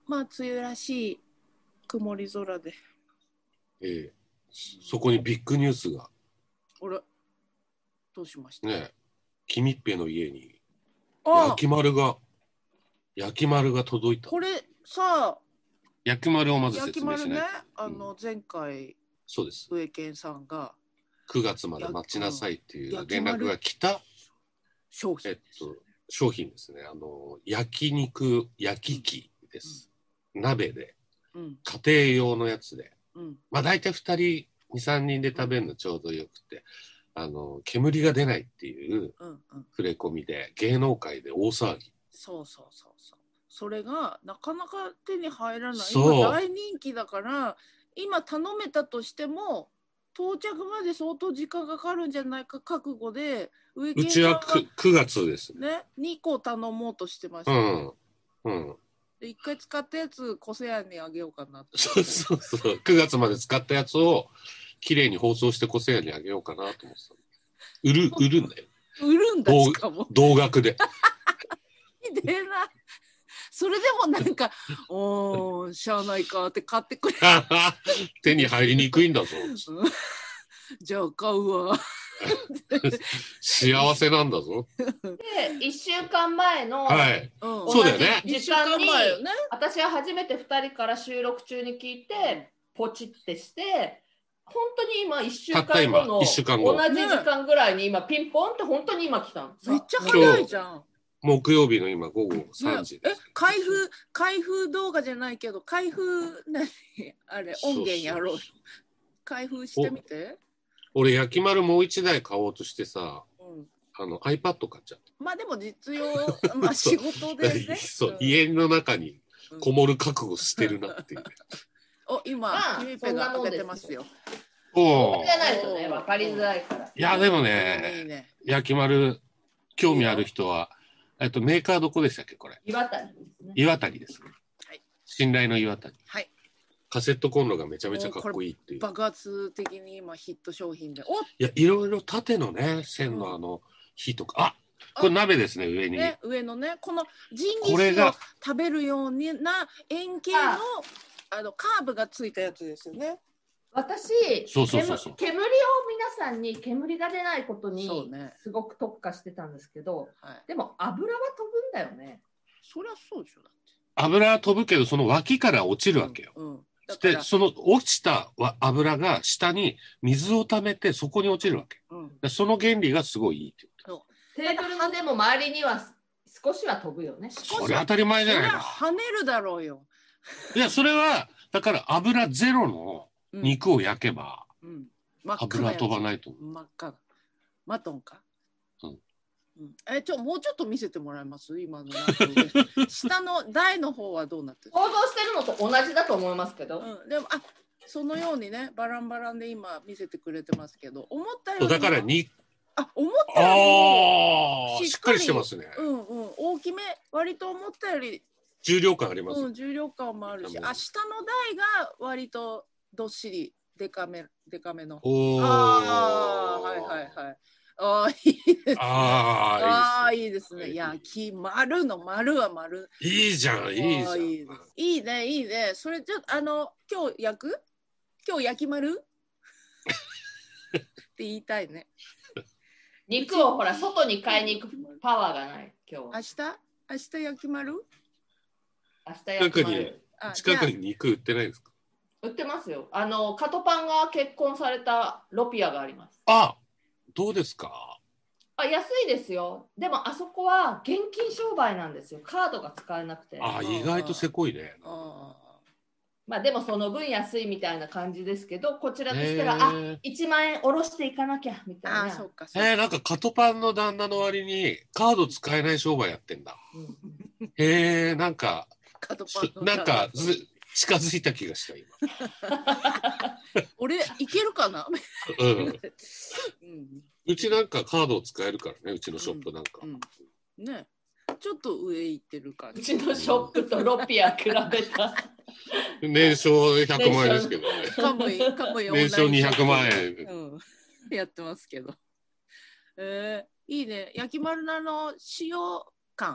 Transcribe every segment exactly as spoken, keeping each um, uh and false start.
まあ梅雨らしい曇り空で、 ええ、そこにビッグニュースが。 あれどうしましたね。君っぺの家にあ焼き丸が焼き丸が届いた。 これさ焼き丸をまず焼き説明しないと。 丸ね、あの前回、 そうです。 上健さんがくがつまで待ちなさいっていう連絡が来た商品、 えっと、商品ですね。あの焼肉焼き器です、うん、鍋で、うん、家庭用のやつで、うん、まあ大体ふたりにさんにんで食べるのちょうどよくて、うん、あの煙が出ないっていう触れ込みで芸能界で大騒ぎ。 そうそうそうそう。それがなかなか手に入らない。今大人気だから今頼めたとしても到着まで相当時間かかるんじゃないか覚悟で、 上うちは 9, 9月ですね。にこ頼もうとしてました、 うんうん、 でいっかい使ったやつコセアにあげようかなって。 そうそうそう。くがつまで使ったやつをきれいに包装してコセアにあげようかなと思ってた。売る売るんだよ。 売るんだしかも。 同額で。 ひでえな。それでもなんかおーしゃあないかって買ってくれ手に入りにくいんだぞじゃあ買うわ幸せなんだぞでいっしゅうかんまえの、 はい、そうだよね、 時間に、ね、私は初めてふたりから収録中に聞いてポチってして本当に今いっしゅうかんごの同じ時間ぐらいに今ピンポンって本当に今来たの。 めっちゃ早いじゃん。 木曜日の今午後さんじです。 え、開封開封動画じゃないけど開封何あれ音源やろうよ。開封してみて。 俺焼き丸もう一台買おうとしてさ、うん、あの iPad 買っちゃった。 まあでも実用まあ仕事でね。 そう、うん、家の中にこもる覚悟してるなっていう。 うん、お今キミペが開けてますよ。 おお。じゃないとね分かりづらいから。いやでもね、いいね焼き丸興味ある人は。えっと、メーカーどこでしたっけこれ。 岩谷ですね。 岩谷です、ね。 はい。 信頼の岩谷。 はい。 カセットコンロがめちゃめちゃかっこいいっていう。 爆発的に今ヒット商品で。 おいや、いろいろ縦のね、線のあの火とか。うん、あ、これ鍋ですね、上に。 ね、上のね、このジンギスを食べるような円形のあのカーブがついたやつですよね。 私そうそうそうそう、 煙を皆さんに煙が出ないことにすごく特化してたんですけど、ね、はい、でも油は飛ぶんだよね。 そりゃそうでしょ。だって油は飛ぶけどその脇から落ちるわけよ、うんうん、でその落ちた油が下に水を溜めてそこに落ちるわけ、うん、でその原理がすごいいいっていう。 テーブルのでも周りには少しは飛ぶよね。 それ当たり前じゃないか。 跳ねるだろうよ。 いやそれはだから油ゼロの肉を焼けば、うんうん、油は飛ばないと思う。 真っ赤。マトンか、 うんうん、えちょもうちょっと見せてもらえます今の下の台の方はどうなってる。 想像してるのと同じだと思いますけど、 うん、でもあそのようにねバランバランで今見せてくれてますけど思ったよりだからにあ思ったよりもしっかりしてますね。 うんうん、大きめ割と思ったより重量感あります、 うん、重量感もあるし、あ下の台が割とどっしりデカめデカめの。 おああはいはいはい。ああいいですね。 ああいいですね。焼き丸の丸は丸。 いいじゃんいいじゃん。 いいですいいねいいね。それちょっとあの今日焼く？今日焼き丸？って言いたいね。 肉をほら外に買いに行くパワーがない今日。 明日明日焼き丸？ 明日焼き丸。 近くに肉売ってないですか？ 売ってますよ。あのカトパンが結婚されたロピアがあります。 あ、どうですか？ あ、安いですよ。でもあそこは現金商売なんですよ。カードが使えなくて。 あ、意外とせこいね。 あまあでもその分安いみたいな感じですけど、こちらとしたらあいちまんえん下ろしていかなきゃみたいな。 あ、そうかそうか。 えー、なんかカトパンの旦那の割にカード使えない商売やってんだ。うん、へえー、なんかカトパンのなんかず近づいた気がした今。 俺いけるかな、 うんうん、うちなんかカードを使えるからね、うちのショップなんか、 うんうん、ねちょっと上行ってる感じ。 うちのショップとロピア比べた年商ひゃくまん円ですけどね。 かもいかもい年商にひゃくまんえん、 うん、やってますけど、えー、いいね。焼き丸菜の塩感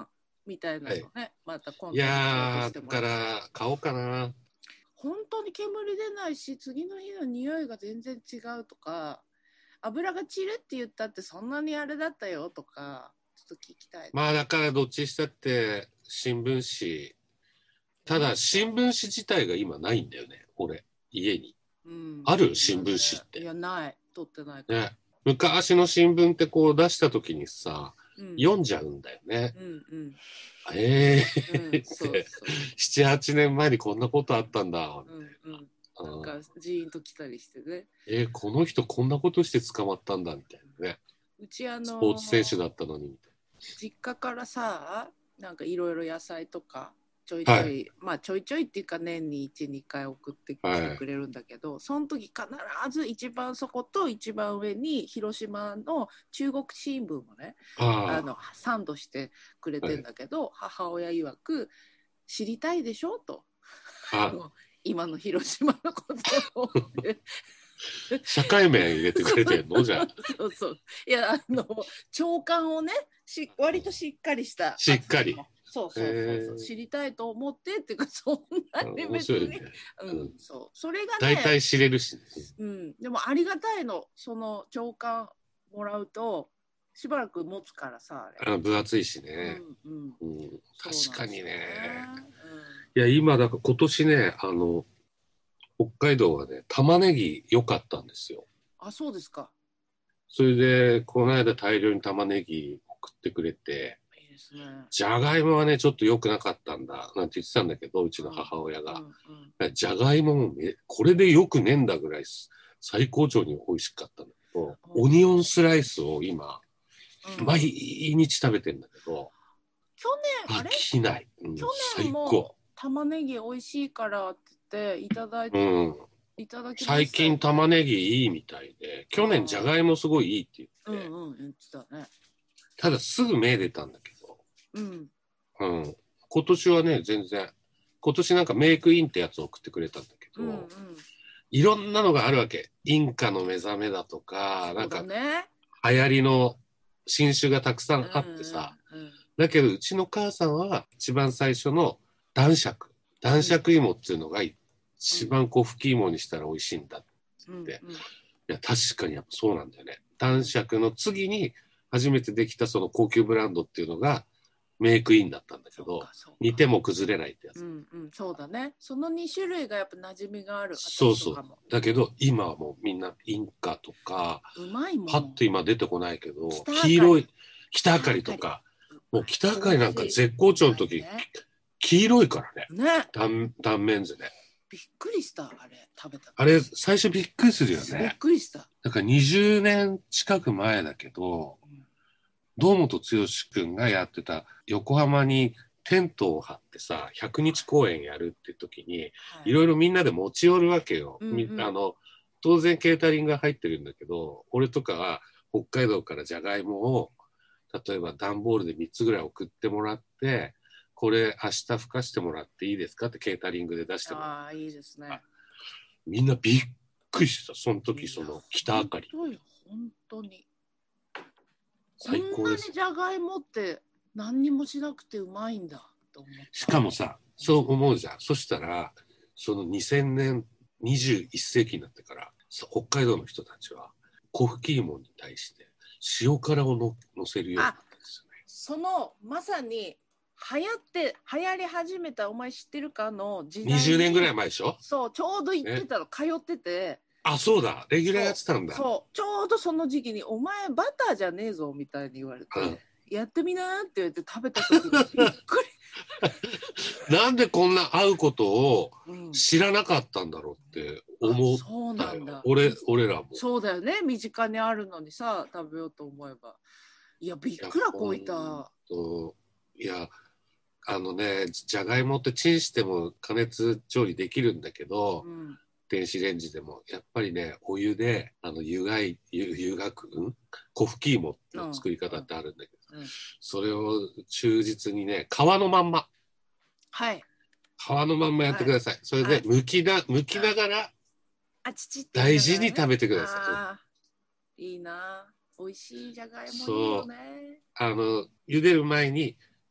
みたいなのね、はい、また今度いやーだから買おうかな。 本当に煙出ないし次の日の匂いが全然違うとか、油が散るって言ったってそんなにあれだったよとかちょっと聞きたい。 まあだからどっちしたって新聞紙、ただ新聞紙自体が今ないんだよね俺家に、うん、ある新聞紙って。 いやない取ってないね。昔の新聞ってこう出した時にさ、うん、読んじゃうんだよね。うんうん、ええー、うん、そうそうななはちねんまえにこんなことあったんだ。 うんうんなんかジーンと来たりしてね。 えー、この人こんなことして捕まったんだみたいなね。 うちあのー、 スポーツ選手だったのにみたいな。 実家からさ、なんかいろいろ野菜とかちょいちょい、はい、まあちょいちょいっていうか年にいち、にかい送ってきてくれるんだけど、はい、その時必ず一番そこと一番上に広島の中国新聞をねあのサンドしてくれてんだけど、はい、母親曰く知りたいでしょと今の広島のことを社会面入れてくれてるのじゃあそうそういやあの長官をねし割としっかりしたしっかりそうそうそうそう知りたいと思ってっていうかそんなに別に、ねうん、そうそれがね大体知れるし、ね、 うん、でもありがたいのその長官もらうとしばらく持つからさあれあ分厚いしね、うんうんうん、確かにね、うん、いや今だから今年ねあの北海道はね玉ねぎ良かったんですよ。 あそうですか。 それでこの間大量に玉ねぎ送ってくれてじゃがいもはねちょっと良くなかったんだなんて言ってたんだけどうちの母親が、うんうん、じゃがいももこれでよくねえんだぐらい最高潮に美味しかったんだけど、うん、オニオンスライスを今、うん、毎日食べてんだけど去年あれ飽きない、うん、去年も玉ねぎ美味しいからって言っていただいて、うん、いただきました。 最近玉ねぎいいみたいで去年じゃがいもすごいいいって言って、 うんうん、言ってたね。 ただすぐ芽出たんだけど、うんうん、今年はね全然今年なんかメイクインってやつを送ってくれたんだけど、うんうん、いろんなのがあるわけ。インカの目覚めだとか、ね、なんか流行りの新種がたくさんあってさ、うんうんうん、だけどうちの母さんは一番最初の男爵男爵芋っていうのが一番こう吹き芋にしたら美味しいんだって言って、うんうん、いや確かにやっぱそうなんだよね。男爵の次に初めてできたその高級ブランドっていうのがメイクインだったんだけど煮ても崩れないってやつ、 うんうん、そうだね。そのに種類がやっぱ馴染みがある。 そうそうだけど今はもうみんなインカとかうまいもんパッと今出てこないけど黄色い北あかりとかもう北あかりなんか絶好調の時、ね、黄色いからねね断, 断面図ねびっくりした。あれ食べたあれ最初びっくりするよね。 びっくりした。 だからにじゅうねん近く前だけど、うん、堂本剛君がやってた横浜にテントを張ってさひゃくにち公演やるって時に、はい、いろいろみんなで持ち寄るわけよ、うんうん、あの当然ケータリングが入ってるんだけど俺とかは北海道からじゃがいもを例えば段ボールでみっつぐらい送ってもらってこれ明日ふかしてもらっていいですかってケータリングで出してもらって。 ああいいですね。 みんなびっくりした。その時その北あかり本当に最高です。こんなにじゃがいもって何にもしなくてうまいんだと思った。 しかもさそう思うじゃん。そしたらそのにせんねんにじゅういっ世紀になってから北海道の人たちは小吹き芋に対して塩辛をの乗せるようになったんですよね。 そのまさに流行って流行り始めたお前知ってるかの時代ににじゅうねんぐらい前でしょ。 そうちょうど行ってたの、ね、通っててあそうだレギュラーやってたんだ。 そうそうちょうどその時期にお前バターじゃねえぞみたいに言われて、うん、やってみなって言って食べた時にびっくりなんでこんな合うことを知らなかったんだろうって思ったよ、うん、 そうなんだ。 俺俺らもそうだよね身近にあるのにさ食べようと思えばいやびっくらこいた。 いやあのねじゃがいもってチンしても加熱調理できるんだけど、うん、電子レンジでもやっぱりねお湯であの湯がい湯湯がくん小吹き芋の作り方ってあるんだけど、うんうん、それを忠実にね皮のまんまはい皮のまんまやってください、はい、それで剥きな剥きながら大事に食べてください。 いいな美味しいじゃがいもいいよね。 そうあの茹でる前に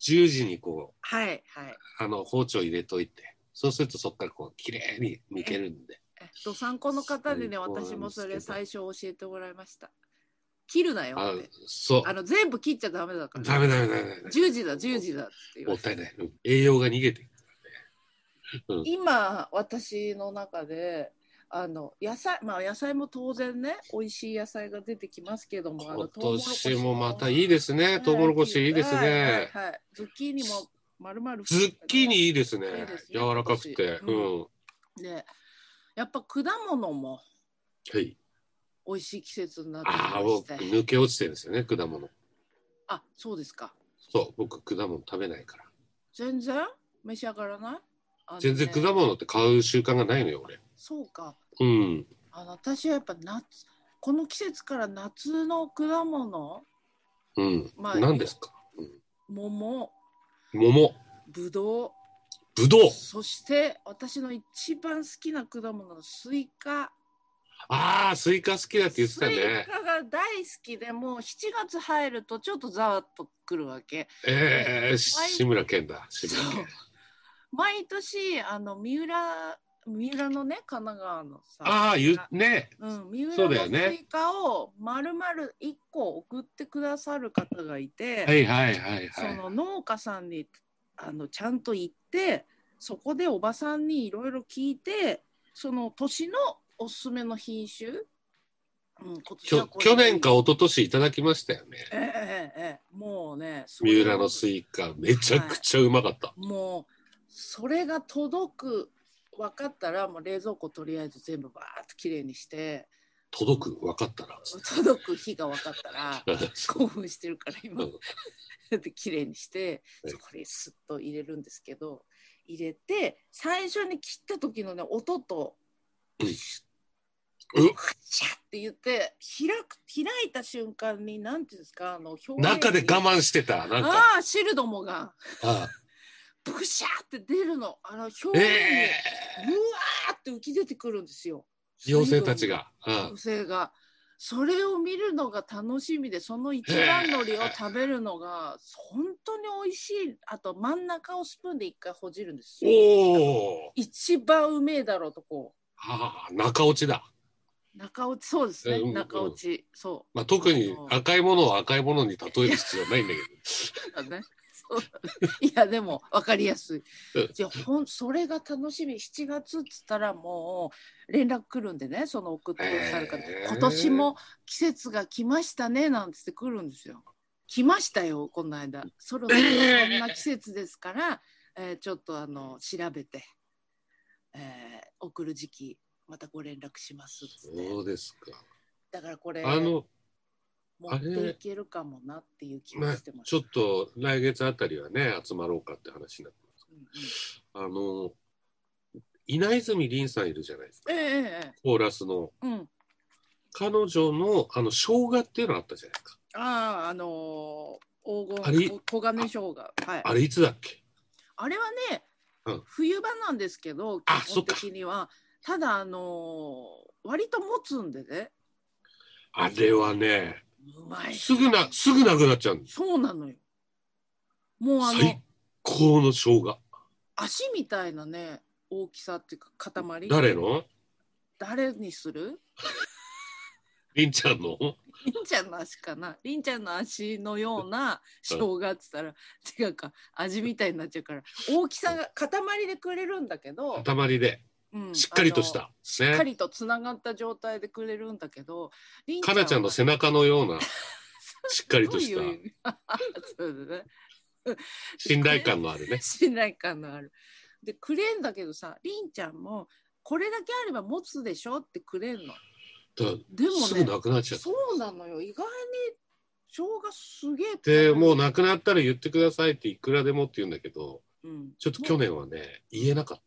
じゅうじにこう、 はいはい、 あの包丁入れといて、そうするとそこからこう綺麗に剥けるんで。 えっと参考の方にね、私もそれ最初教えてもらいました。切るなよって。 あ、そう。 あの全部切っちゃダメだから。 ダメダメダメダメ。 じゅうじだじゅうじだって言われて。 もったいない。栄養が逃げてるからね。うん、 今私の中であの野菜、まあ野菜も当然ね、美味しい野菜が出てきますけども、あの今年もまたいいですね。トウモロコシいいですね。はいはいはい、ズッキーニも丸々、ね、 ズッキーニいいですね。いいですね、柔らかくて。うん。 で、やっぱ果物も美味しい季節になってきまして。 ああ、もう抜け落ちてるんですよね、果物。 あ、そうですか。 そう、僕果物食べないから。 全然召し上がらない？ ね、全然果物って買う習慣がないのよ、俺。 そうか。 うん。 あの私はやっぱ夏、この季節から夏の果物。 うん。まあ、何ですか？ うん、桃。 桃。 ぶどう。 ぶどう。 そして私の一番好きな果物のスイカ。 ああ、スイカ好きだって言ってたね。 スイカが大好きで、もうしちがつ入るとちょっとざわっとくるわけ。 ええー、志村けんだ。志村けん。 毎年あの三浦三浦のね、神奈川のさ、 ああ、言うね、 うん、三浦のスイカを丸々いっこ送ってくださる方がいて、 はいはいはいはい、 その農家さんにあのちゃんと行って、そこでおばさんにいろいろ聞いて、その年のおすすめの品種、うん、 今年去年か一昨年いただきましたよね。 ええええ、もうね、 三浦のスイカめちゃくちゃうまかった。 はい、もうそれが届く分かったら、もう冷蔵庫とりあえず全部バーッときれいにして、 届く分かったら届く日が分かったら興奮してるから今できれいにしてそこにスッと入れるんですけど、入れて最初に切った時のね音とプシュッ、うん、カチャッって言って開く開いた瞬間になんていうんですか、あの表面に中で我慢してたなんかああ汁どもがああプシャーって出るの、あの表面に、えー、うわーって浮き出てくるんですよ。 妖精たちが、 うん、妖精がそれを見るのが楽しみで、その一番のりを食べるのが本当に美味しい。あと真ん中をスプーンで一回ほじるんですよ。お一番うめえだろうとこう。 はあ、中落ちだ。 中落ち、そうですね、うん、中落ち、そう。 まあ、特に赤いものを赤いものに例える必要ないんだけど。 ね、いやでも分かりやすい。じゃほんそれが楽しみ。しちがつっつったらもう連絡来るんでね、その送ってくださる方、えー、今年も季節が来ましたねなんつって来るんですよ。来ましたよこの間。そろそろそんな季節ですから、えー、ちょっとあの調べて、えー、送る時期またご連絡しますっつって。 そうですか。 だからこれあの持っていけるかもなっていう気がしてます。 ちょっと来月あたりはね集まろうかって話になってます。うんうん、あの稲泉凛さんいるじゃないですか。 ええ、 コーラスの、 うん、 彼女のあの生姜っていうのあったじゃないですか。 ああ、あのー、黄金黄金生姜、はい。 あれいつだっけ？ あれはね、うん、冬場なんですけど、基本的にはただあのー、割と持つんでね。 あれはね。 うまい。 すぐな、すぐなくなっちゃう。 そうなのよ。もうあの最高の生姜。 足みたいなね、大きさっていうか塊。 誰の？ 誰にする？ りんちゃんの？ りんちゃんの足かな。りんちゃんの足のような生姜って言ったら違うか、味みたいになっちゃうから、大きさが塊でくれるんだけど。 塊で。うん、しっかりとした、ね、 しっかりとつながった状態でくれるんだけど、 かなちゃんの背中のようなしっかりとしたそうだね、 信頼感のあるね。 信頼感のあるでくれんだけどさ、りんちゃんもこれだけあれば持つでしょってくれんの。 でもね、すぐなくなっちゃった。 そうなのよ、意外に生姜すげえ。 でもうなくなったら言ってくださいっていくらでもって言うんだけど、うん、ちょっと去年はね言えなかった。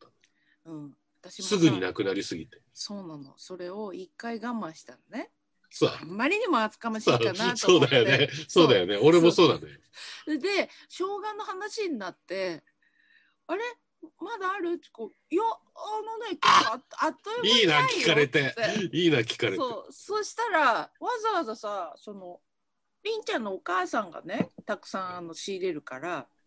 うん、 すぐになくなりすぎて。 そうなの。それを一回我慢したのね。 そう。 あんまりにも厚かましいかなと思って。 そうだよね。そうだよね。俺もそうだね。 で、生姜の話になって、あれまだあるってこう、いや、あのね、あ, あっという間にいいな、聞かれて。いいな、聞かれて。 そう。そしたら、わざわざさ、その、りんちゃんのお母さんがね、たくさんあの仕入れるから、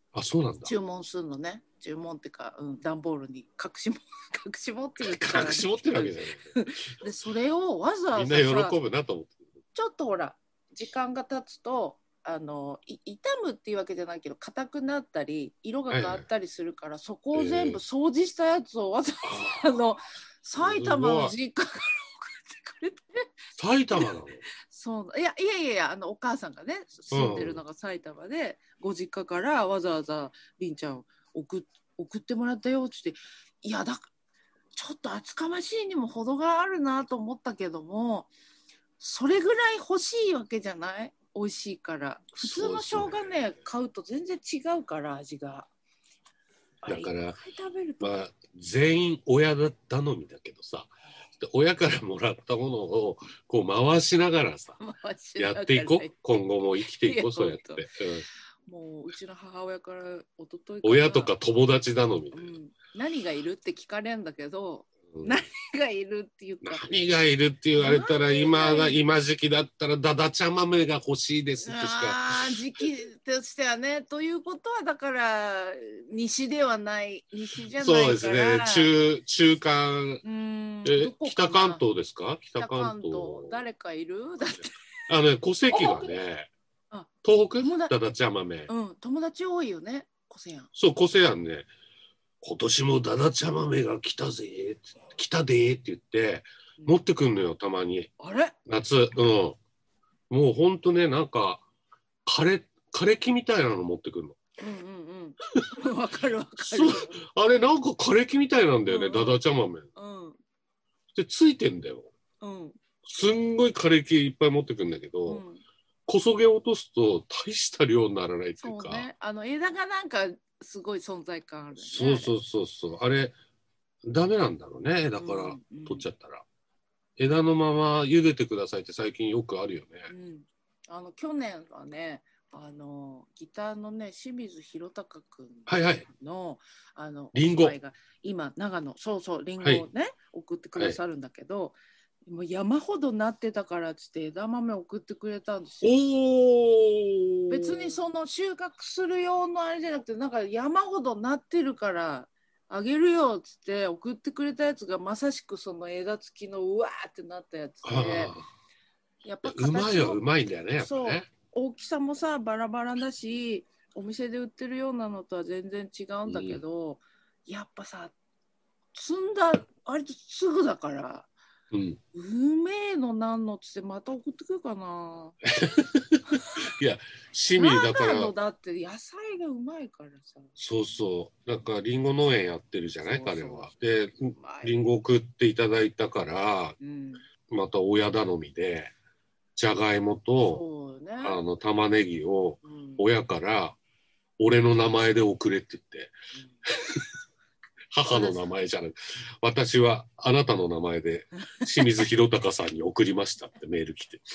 あ、そうなんだ。 注文するのね。注文っていうか、うん、段ボールに隠しも隠し持ってるから隠し持ってるわけじゃないでそれをわざわざみんな喜ぶなと思ってちょっとほら時間が経つとあのい傷むっていうわけじゃないけど硬くなったり色が変わったりするから、はいはい、そこを全部掃除したやつをわざわざ、えー、あの埼玉の実家から送ってくれて埼玉なのそういやいやいやあのお母さんがね住んでるのが埼玉で、うん、ご実家からわざわざりんちゃん送, 送ってもらったよって言っていやだちょっと厚かましいにも程があるなと思ったけどもそれぐらい欲しいわけじゃない美味しいから普通の生姜 ね, ね買うと全然違うから味がだからまあ全員親だ頼みだけどさ親からもらったものをこう回しながらさやっていこう今後も生きていこうそうやって、うんもううちの母親から一昨日親とか友達頼み、うん、 何がいるって聞かれんだけど、うん、何がいるっていうか何がいるって言われたら今が今時期だったらだだちゃ豆が欲しいですってしかあ時期としてはねということはだから西ではない西じゃないからそうですね 中, 中間うんえ北関東ですか北関東誰かいるだってあのね戸籍がねあ東北だだちゃ豆うん友達多いよねコセヤンそうコセヤンね今年もだだちゃ豆が来たぜ来たでって言って、うん、持ってくんのよたまにあれ夏うんもうほんとねなんか枯れ枯れ木みたいなの持ってくんのうんうんうんわかるわかるあれなんか枯れ木みたいなんだよね、うんうん、だだちゃ豆、うん、でついてんだよ、うん、すんごい枯れ木いっぱい持ってくんだけど、うんこそげ落とすと大した量にならないっていうかそうねあの枝がなんかすごい存在感あるねそうそうそうそうあれダメなんだろうね枝から取っちゃったら、うんうん、枝のまま茹でてくださいって最近よくあるよね、 うん、あの去年はねあのギターのね清水宏隆君の、 はいはい、 あのリンゴが今長野そうそうリンゴをね、はい、送ってくださるんだけど、はいもう山ほどなってたからっつって枝豆送ってくれたんですよ。 お別にその収穫する用のあれじゃなくてなんか山ほどなってるからあげるよっつって送ってくれたやつがまさしくその枝付きのうわーってなったやつでやっぱうまいはうまいんだよねやっぱね。 そう大きさもさバラバラだしお店で売ってるようなのとは全然違うんだけど、うん、やっぱさ摘んだ割とすぐだから。うん、うめえのなんのってまた送ってくるかな。 いや、清水だから。 のだって野菜がうまいからさ。 そうそう。なんかリンゴ農園やってるじゃない彼は。で、リンゴ送っていただいたから、うん、また親頼みで、じゃがいもと、ね、あの玉ねぎを親から俺の名前で送れって言って。うん母の名前じゃなく私はあなたの名前で清水宏隆さんに送りましたってメール来て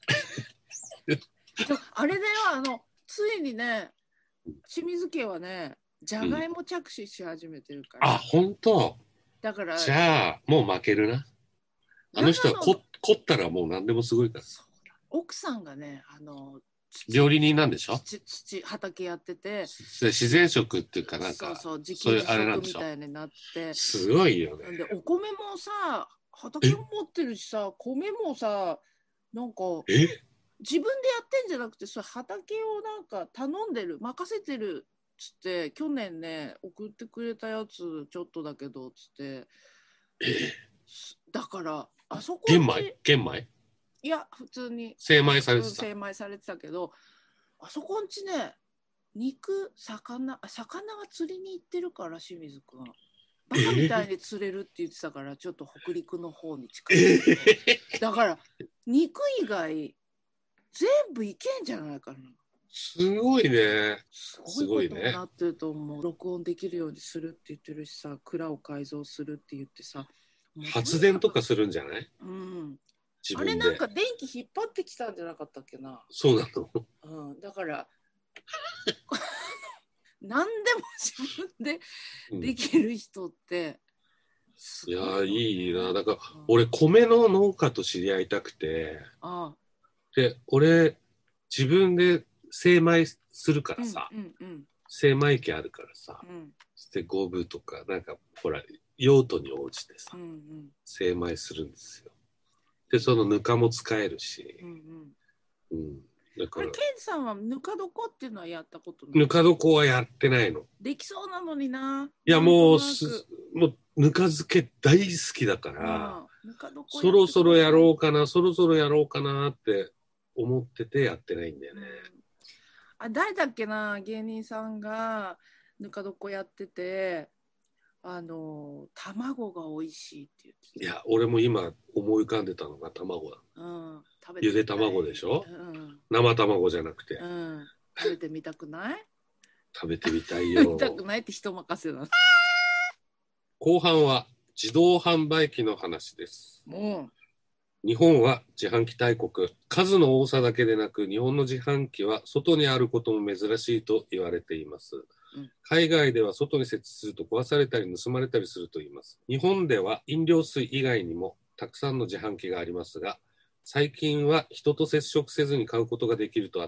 あれだよあのついにね清水家はねじゃがいも着手し始めてるから、 うん、あ本当だからじゃあもう負けるなあの人はこ凝ったらもう何でもすごいから奥さんがねあの料理人なんでしょ土土畑やってて自然食っていうかなんかそうそう自給自足みたいになってすごいよねでお米もさ畑も持ってるしさ米もさなんかえ自分でやってんじゃなくてそれ畑をなんか頼んでる任せてるっつって去年ね送ってくれたやつちょっとだけどっつってえだからあそこ玄米玄米いや普通に精米されてた精米されてたけどあそこんちね肉魚あ魚は釣りに行ってるから清水くんバカみたいに釣れるって言ってたから、えー、ちょっと北陸の方に近い、えー、だから肉以外全部いけんじゃないかなすごいねすごいことになってると思う、ね、録音できるようにするって言ってるしさ蔵を改造するって言ってさ発電とかするんじゃない？ うんあれなんか電気引っ張ってきたんじゃなかったっけな。 そうなの、 うん、だから何でも自分でできる人って、 うん、いやいいなだから、うん、俺米の農家と知り合いたくてああで俺自分で精米するからさ、うんうんうん、 精米機あるからさ、うん、して五分とかなんかほら用途に応じてさ、うんうん、精米するんですよ。でそのぬかも使えるし、うんうんうん、だから。 ケンさんはぬか床っていうのはやったことない？ ぬか床はやってないの。 できそうなのにな。 いやもうすもうぬか漬け大好きだから、うん、ぬか床そろそろやろうかなそろそろやろうかなって思っててやってないんだよね。うん、 あ誰だっけな芸人さんがぬか床やってて。あの卵が美味しいって言っていや俺も今思い浮かんでたのが卵だ、うん、食べてゆで卵でしょ、うん、生卵じゃなくて、うん、 食べてみたくない食べてみたいよ見たくないって人任せだ後半は自動販売機の話です、うん、日本は自販機大国数の多さだけでなく日本の自販機は外にあることも珍しいと言われています。海外では外に設置すると壊されたり盗まれたりするといいます。日本では飲料水以外にもたくさんの自販機がありますが、最近は人と接触せずに買うことができるとあって、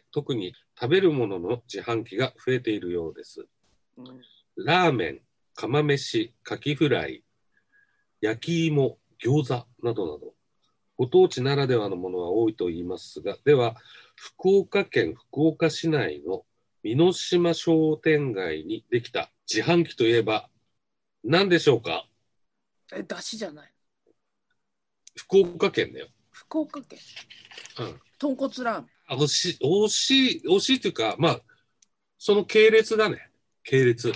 特に食べるものの自販機が増えているようです。うん、ラーメン、釜飯、カキフライ、焼き芋、餃子などなど、ご当地ならではのものは多いと言いますが、では、福岡県福岡市内の美濃島商店街にできた自販機といえば何でしょうか？ え、だしじゃない？ 福岡県だよ。 福岡県。うん。豚骨ラーメン。 あ、惜しい、惜しい、惜しいというか、まあ、その系列だね。系列。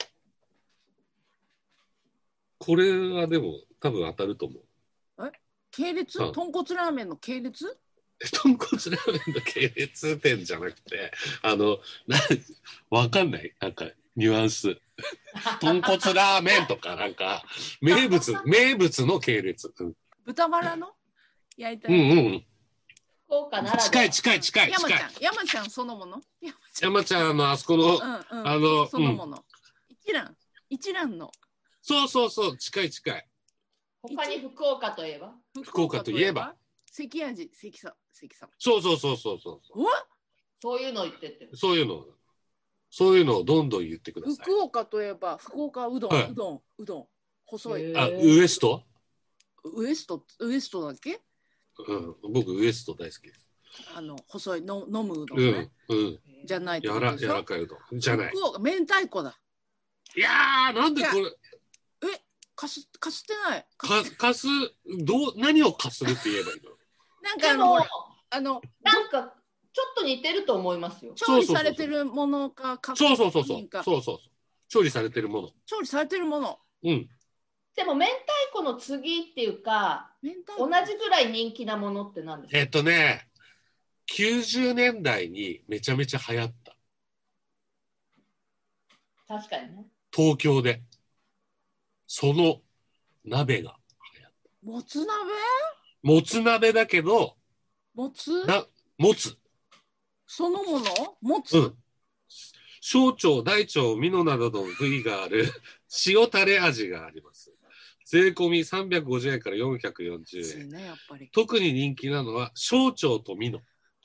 これはでも多分当たると思う。 え？系列？うん、豚骨ラーメンの系列？ 豚骨ラーメンの系列店じゃなくて、あの、な、わかんないなんか、ニュアンス。豚骨ラーメンとか、なんか、名物、名物の系列。うん、 豚バラの焼いたやつ。うんうん。 福岡なら近い近い近い近い。 山ちゃん、山ちゃんそのもの山ちゃんのあそこの、うんうん、あの、 そのもの。うん、一蘭、一蘭の。 そうそうそう、近い近い。 他に福岡といえば福岡といえば関味、関さ、関さ。 そうそうそうそうそう。 そういうの言ってて。 そういうの、そういうのをどんどん言ってください。 福岡といえば、福岡うどん、はい、うどん、うどん、細い。 あ、ウエスト？ ウエスト、ウエストだっけ？ うん、僕ウエスト大好きです。 あの細いの飲むうどんね。うん、うん。じゃないってことでしょ？ やら、柔らかいうどん。じゃない。 福岡、明太子だ。 いやー、なんでこれ。 え、かす、かすってない。 か、かす、どう、何をかするって言えばいいの？ なんかあの、あの、なんかちょっと似てると思いますよ。 調理されてるものか、 そうそうそうそう。そうそう。調理されてるもの。 調理されてるもの。 うん。 でも明太子の次っていうか、同じぐらい人気なものって何ですか？ えっとね、きゅうじゅうねんだいにめちゃめちゃ流行った。 確かにね。 東京で。その鍋が流行った。 もつ鍋？ もつ鍋だけど、 もつ？ な、もつ。 そのもの？もつ？うん。 小腸、大腸、ミノなどの部位がある塩タレ味があります。税込みさんびゃくごじゅうえんからよんひゃくよんじゅうえん。 ね、やっぱり特に人気なのは小腸とミノ。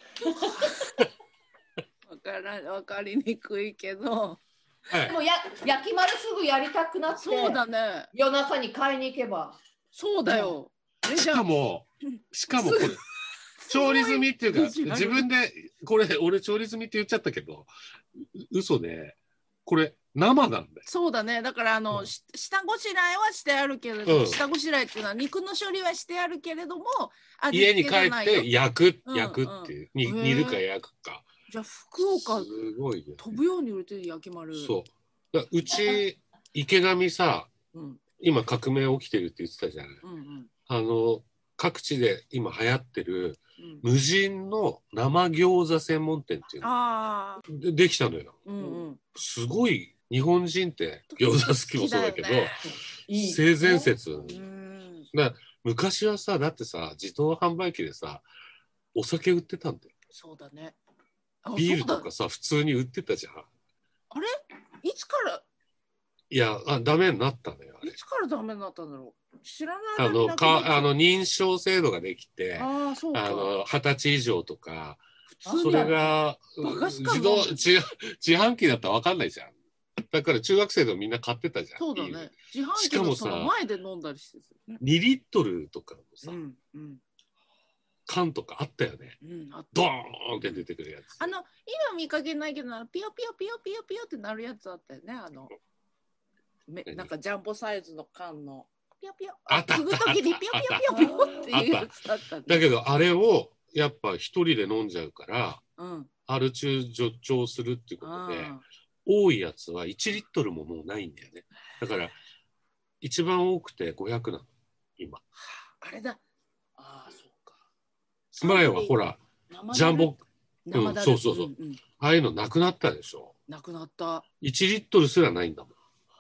わからわかりにくいけど。 はい、でもや焼き丸すぐやりたくなって。 そうだね。 夜中に買いに行けば。 そうだよ。 うん、しかも、しかもこれ。調理済みっていうか自分でこれ俺調理済みって言っちゃったけど嘘でこれ生なんだよ。 そうだね。だからあの、うん、下ごしらえはしてあるけれど、うん、下ごしらえっていうのは肉の処理はしてあるけれども家に帰って焼く、うん、焼くっていう、うん、煮るか焼くか。 じゃあ福岡すごい、ね、 飛ぶように売れてる焼き丸。 そうだうち池上さ、うん、今革命起きてるって言ってたじゃない、うんうん、あの各地で今流行ってる無人の生餃子専門店っていうのでできたのよ、うんうん、すごい日本人って餃子好きもそうだけど、ね、性善説、うん、だ昔はさだってさ自動販売機でさお酒売ってたんだよ。 そうだね。 ビールとかさ普通に売ってたじゃん。 あれいつからいやあダメになったのよ。あれいつからダメになったんだろう。知らない。あのかあの認証制度ができて、ああそうか、あの二十歳以上とかそれが自動自自販機だったら分かんないじゃん。だから中学生でもみんな買ってたじゃん。 そうだね。自販機のその前で飲んだりしてる、 ね、にリットルとかもさ、うんうん、缶とかあったよね、うん、ドーンって出てくるやつ。 あの今見かけないけどピヨピヨピヨピヨピヨってなるやつあったよね。あのめなんかジャンボサイズの缶のピヨピヨあ継ぐ時にピヨピヨピヨピヨっていうやつだったね。 だけどあれをやっぱ一人で飲んじゃうから、うん、アル中除腸するっていうことで多いやつはいちリットルももうないんだよね。だから一番多くてごひゃくなの今。 あれだ。ああそうか。 前はほらジャンボ、うん、そうそうそう、うんうん、ああいうのなくなったでしょ。 なくなった。 いちリットルすらないんだもん。へ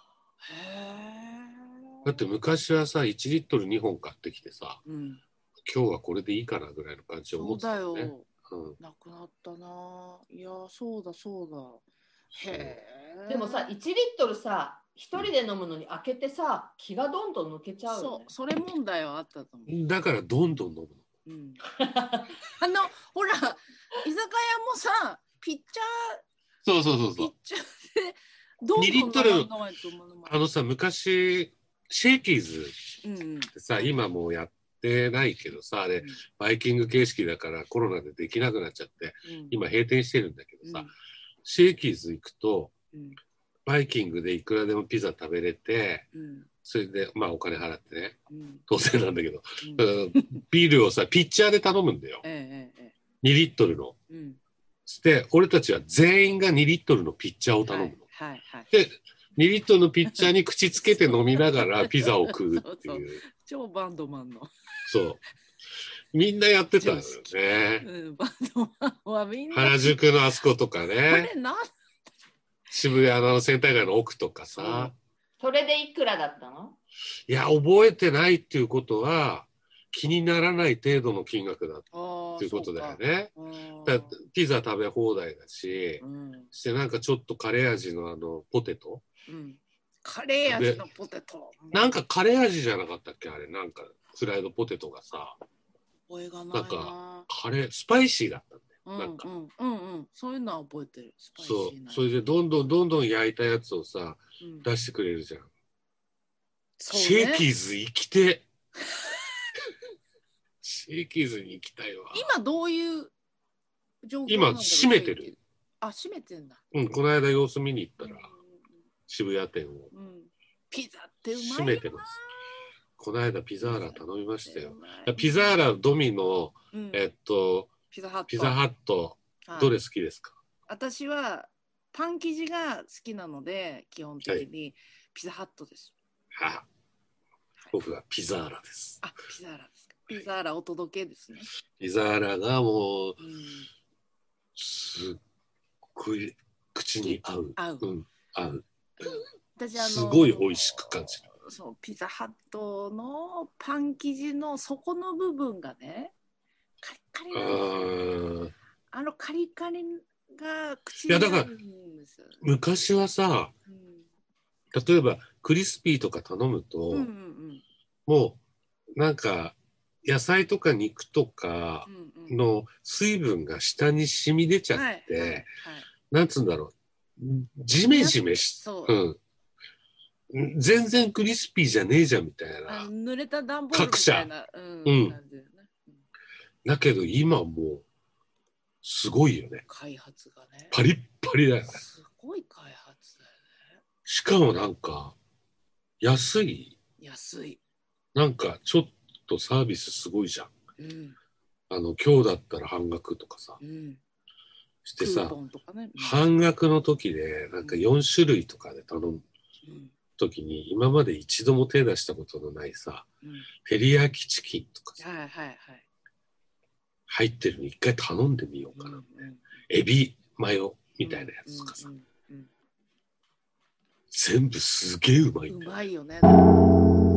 え。だって昔はさいちリットルにほん買ってきてさ、うん、今日はこれでいいかなぐらいの感じで思ってたよね。そうだよ、 うん、なくなったな。いやそうだそうだ。へえ。でもさいちリットルさ一人で飲むのに開けてさ気がどんどん抜けちゃうよね。 そうそれ問題はあったと思う。 だからどんどん飲むの。うん、 あのほら居酒屋もさピッチャーそうそうそうそうピッチャーでどんどんにリットルあのさ昔シェイキーズってさ、うん、今もうやってないけどさあれ、うん、バイキング形式だからコロナでできなくなっちゃって、うん、今閉店してるんだけどさ、うん、シェイキーズ行くと、うん、バイキングでいくらでもピザ食べれて、うん、それでまあお金払ってね、うん、当然なんだけど、うん、だからビールをさピッチャーで頼むんだよ、ええええ、にリットルの、うん、で俺たちは全員がにリットルのピッチャーを頼むの、はいはいはい、でにリットルのピッチャーに口つけて飲みながらピザを食うっていうそうそう超バンドマンのそうみんなやってたんだよね、うん、バンドマンはみんな原宿のあそことかね渋谷のセンター街の奥とかさ、 それでいくらだったの？ いや覚えてないっていうことは気にならない程度の金額だっていうことだよね。だピザ食べ放題だし、うん、してなんかちょっとカレー味のあのポテト、うん、 カレー味のポテトなんかカレー味じゃなかったっけあれなんかフライドポテトがさ覚えがないな。 なんかカレースパイシーだったんだよ。なんか、 うんうんうんうん、そういうのは覚えてる。スパイシーなそうそれでどんどんどんどん焼いたやつをさ、うん、出してくれるじゃん、そうね、シェイキーズ生きてシェイキーズに行きたいわ。 今どういう状況今閉めてる。 あ閉めてんだ。 うんこの間様子見に行ったら、うん、渋谷店を、うん、 ピザってうまいよな。 閉めてます。この間ピザーラ頼みましたよ。ピザーラドミの、うん、えっとピザハット。 ピザハット、どれ好きですか？ 私はパン生地が好きなので基本的にピザハットです。 はい、僕はピザーラです。 あ、ピザーラですか。ピザーラお届けですね。 ピザーラがもう、うん、すっごい口に合う。合う。うん、合う。私あのすごい美味しく感じる。 そうピザハットのパン生地の底の部分がね。カリカリなんですよ。あのカリカリが口になるんですよ。いやだから昔はさ、うん、例えばクリスピーとか頼むと、うんうんうん、もうなんか野菜とか肉とかの水分が下に染み出ちゃって、はいはいはい、なんつうんだろう、ジメジメし、うん、全然クリスピーじゃねえじゃんみたいな。 濡れた段ボールみたいな、うん、うん、感じだよね。 だけど今もうすごいよね。 開発がね。 パリッパリだよね。 すごい開発だよね。 しかもなんか安い。 安い。 なんかちょっとサービスすごいじゃん。うん、あの今日だったら半額とかさ。うん、してさ、ね、うん、半額の時でなんかよん種類とかで頼む時に、うん、今まで一度も手出したことのないさ、うん、照り焼きチキンとかさ。はいはいはい。入ってるの一回頼んでみようかな、うんうん、エビマヨみたいなやつとかさ、うんうんうん、全部すげえうまいんだよ。 うまいよね。